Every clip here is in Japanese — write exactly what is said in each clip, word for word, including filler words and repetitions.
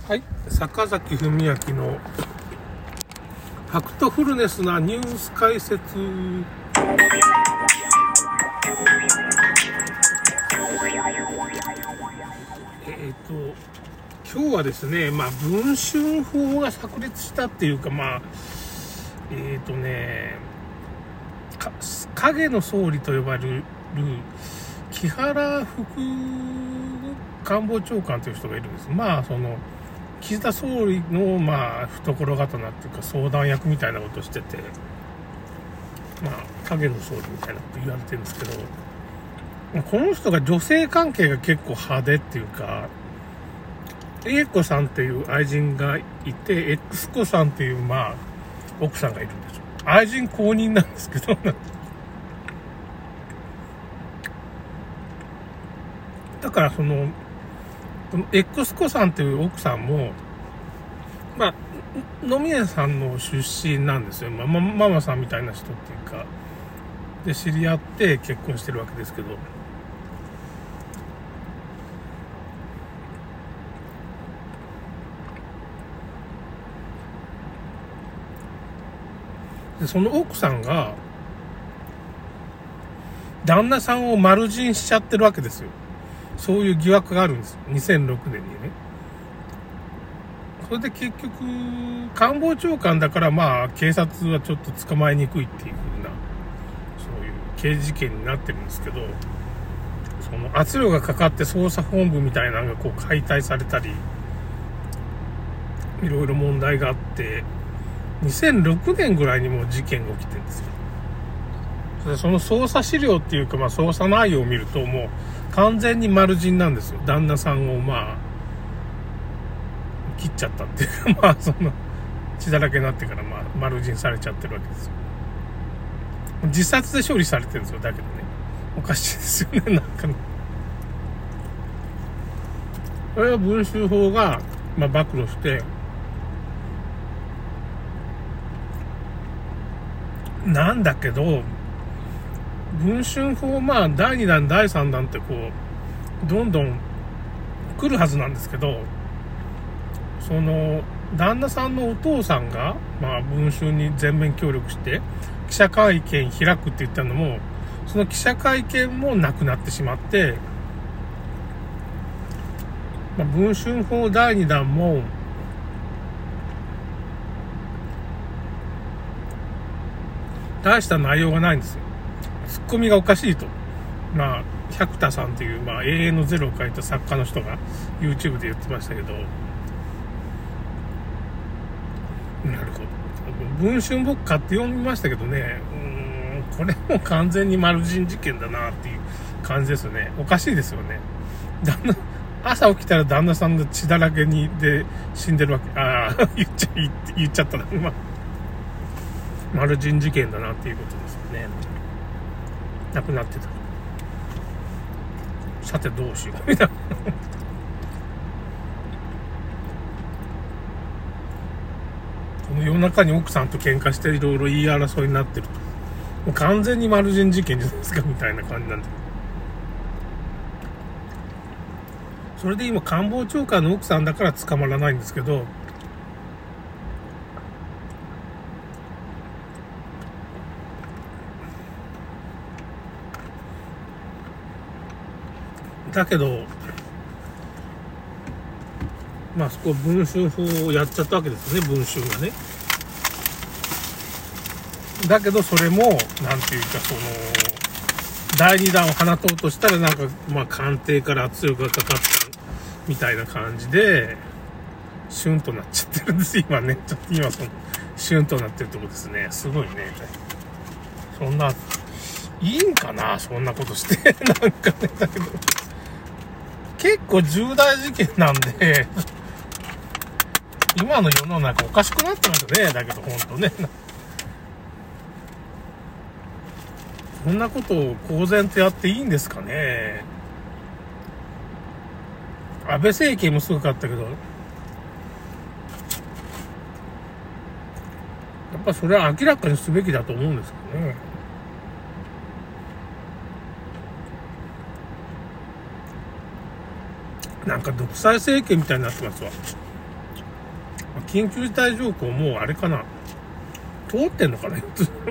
はい、坂崎文明のファクトフルネスなニュース解説。えっと今日はですね、まあ文春法が炸裂したっていうか、まあえっとね影の総理と呼ばれる木原副官房長官という人がいるんです。まあその岸田総理のまあ懐刀っていうか相談役みたいなことをしてて、まあ影の総理みたいなこと言われてるんですけど、この人が女性関係が結構派手っていうか、A子さんっていう愛人がいて、X子さんっていうまあ奥さんがいるんですよ。愛人公認なんですけどだからそのX 子さんっていう奥さんも、まあ、飲み屋さんの出身なんですよ。まあ、ママさんみたいな人っていうか、で、知り合って結婚してるわけですけど、で、その奥さんが、旦那さんを丸人しちゃってるわけですよ。そういう疑惑があるんですよ。にせんろくねんにね。それで結局、官房長官だからまあ、警察はちょっと捕まえにくいっていう風な、そういう刑事事件になってるんですけど、その圧力がかかって捜査本部みたいなのがこう解体されたり、いろいろ問題があって、にせんろくねんぐらいにもう事件が起きてるんですよ。その捜査資料っていうか、まあ捜査内容を見るともう完全に丸人なんですよ。旦那さんをまあ切っちゃったっていうか、まあその血だらけになってからまあ丸人されちゃってるわけですよ。自殺で処理されてるんですよ。だけどね、おかしいですよね。なんかね、これは文春法がまあ暴露して、なんだけど文春法、まあだいにだんだいさんだんってこうどんどん来るはずなんですけど、その旦那さんのお父さんがまあ文春に全面協力して記者会見開くって言ったのも、その記者会見もなくなってしまって、まあ、文春法だいにだんも大した内容がないんですよ。ツッコミがおかしいと。まあ、百田さんという、まあ、永遠のゼロを書いた作家の人が YouTube で言ってましたけど、なるほど。文春僕買って読みましたけどね、うーん、これも完全に丸人事件だなっていう感じですよね。おかしいですよね。旦那、朝起きたら旦那さんの血だらけにで死んでるわけ。ああ、言っちゃ、言っちゃったな。まあ、丸人事件だなっていうことですよね。亡くなってた。さてどうしようみたいな。この夜中に奥さんと喧嘩していろいろ言い争いになってると、もう完全に丸人事件じゃないですかみたいな感じなんで。それで今官房長官の奥さんだから捕まらないんですけど、だけどまあそこ文春法をやっちゃったわけですね、文春がね。だけどそれもなんていうか、そのだいにだんを放とうとしたらなんかまあ官邸から圧力がかかったみたいな感じでシュンとなっちゃってるんです今ね。ちょっと今そのシュンとなってるとこですね。すごいね。そんないいんかな、そんなことしてなんかね。だけど結構重大事件なんで今の世の中おかしくなってますね。だけど本当ね、こんなことを公然とやっていいんですかね。安倍政権もすごかったけど、やっぱそれは明らかにすべきだと思うんですけどね。なんか独裁政権みたいになってますわ。 緊急事態条項もうあれかな、通ってんのかな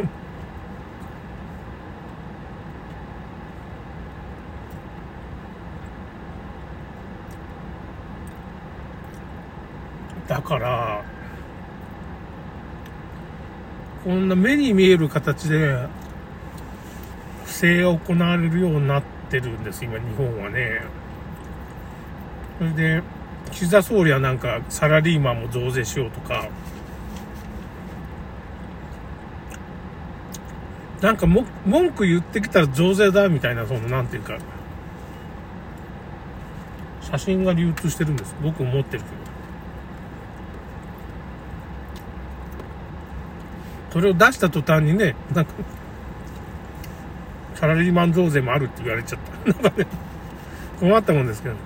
だからこんな目に見える形で不正が行われるようになってるんです今日本はね。それで岸田総理はなんかサラリーマンも増税しようとか、なんかも文句言ってきたら増税だみたいな、そのなんていうか写真が流通してるんです。僕も持ってるけど、それを出した途端にね、なんかサラリーマン増税もあるって言われちゃったなんかね、困ったもんですけど、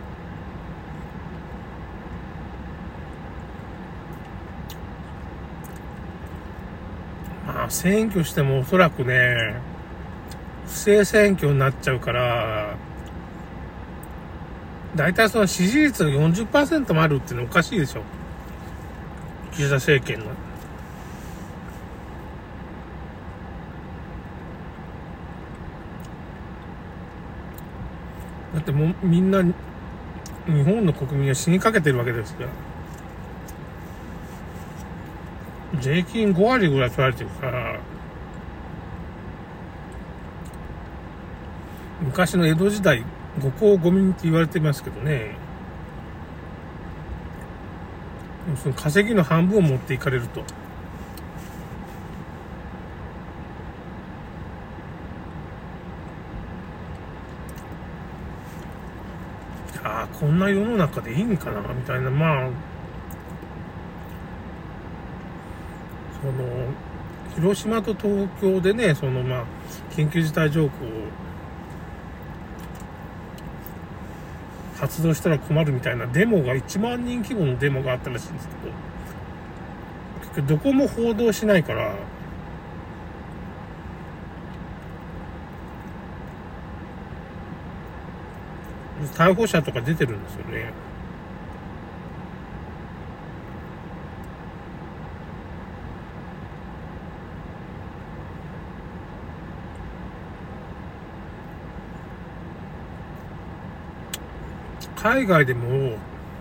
まあ選挙してもおそらくね不正選挙になっちゃうから、だいたいその支持率が よんじゅっパーセント もあるっていうのはおかしいでしょ、岸田政権の。だってもうみんな日本の国民は死にかけてるわけですから、税金ご割ぐらい取られてるから、昔の江戸時代五公五民って言われてますけどね、その稼ぎの半分を持っていかれると。ああ、こんな世の中でいいんかなみたいな、まあその広島と東京でね、そのまあ緊急事態条項を発動したら困るみたいなデモがいちまんにん規模のデモがあったらしいんですけど、結局どこも報道しないから逮捕者とか出てるんですよね。海外でも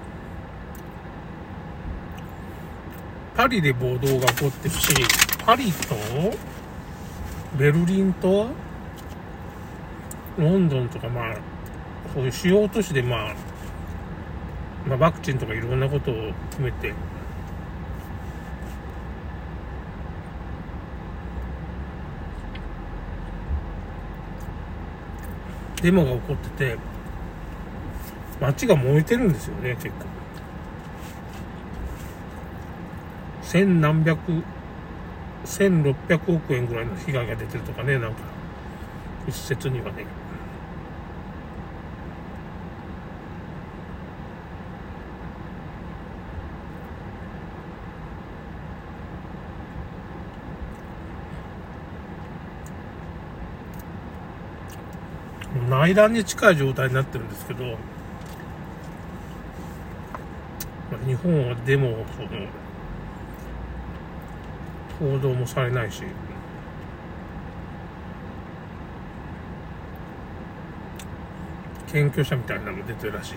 パリで暴動が起こってるし、パリとベルリンとロンドンとか、まあそういう主要都市で、まあ、まあワクチンとかいろんなことを含めてデモが起こってて、街が燃えてるんですよね。結構千何百千六百億円ぐらいの被害が出てるとかね、なんか一説にはね。内乱に近い状態になってるんですけど、日本はデモを報道もされないし、検挙者みたいなのも出てるらしい。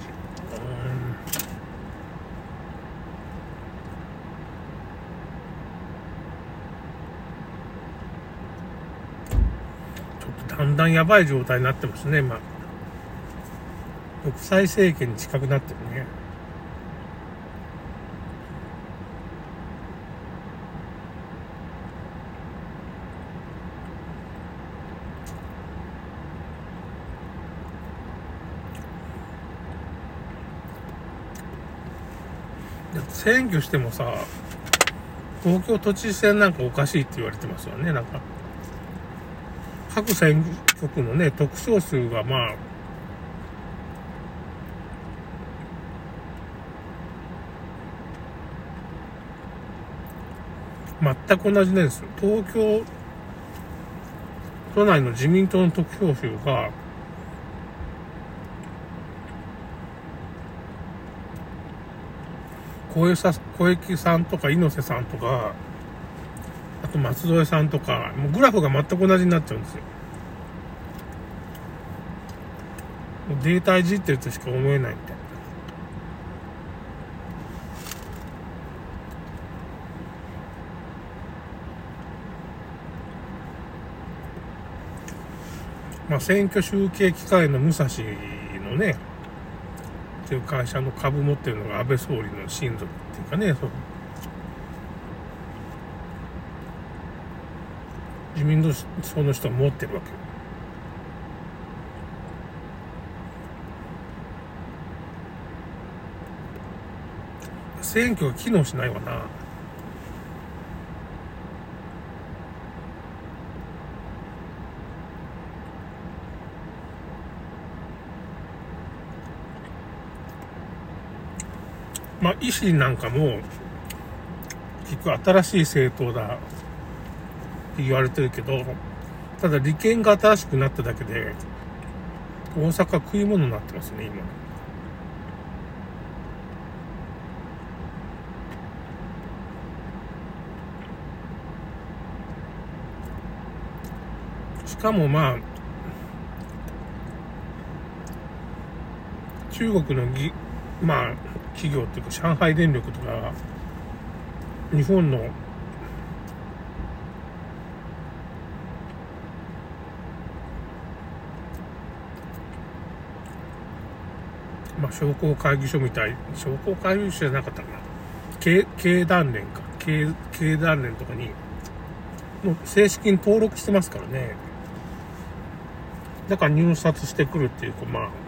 だんだんやばい状態になってますね。まあ独裁政権に近くなってるね。選挙してもさ、東京都知事選なんかおかしいって言われてますよね。なんか各選挙区のね、得票数がまあ全く同じなんですよ。東京都内の自民党の得票数が小池さ小池さんとか猪瀬さんとか、あと松添さんとか、もうグラフが全く同じになっちゃうんですよ。もうデータいじってるとしか思えないみたいな。まあ、選挙集計機関の武蔵のね、っていう会社の株持ってるのが安倍総理の親族っていうかね、そう自民党その人が持ってるわけよ。選挙が機能しないわな。まあ、維新なんかも結局新しい政党だって言われてるけど、ただ利権が新しくなっただけで大阪食い物になってますね今。しかもまあ中国のぎまあ企業っていうか上海電力とか日本のまあ商工会議所みたい、商工会議所じゃなかったかな、経経団連か経経団連とかにもう正式に登録してますからね。だから入札してくるっていうか、まあ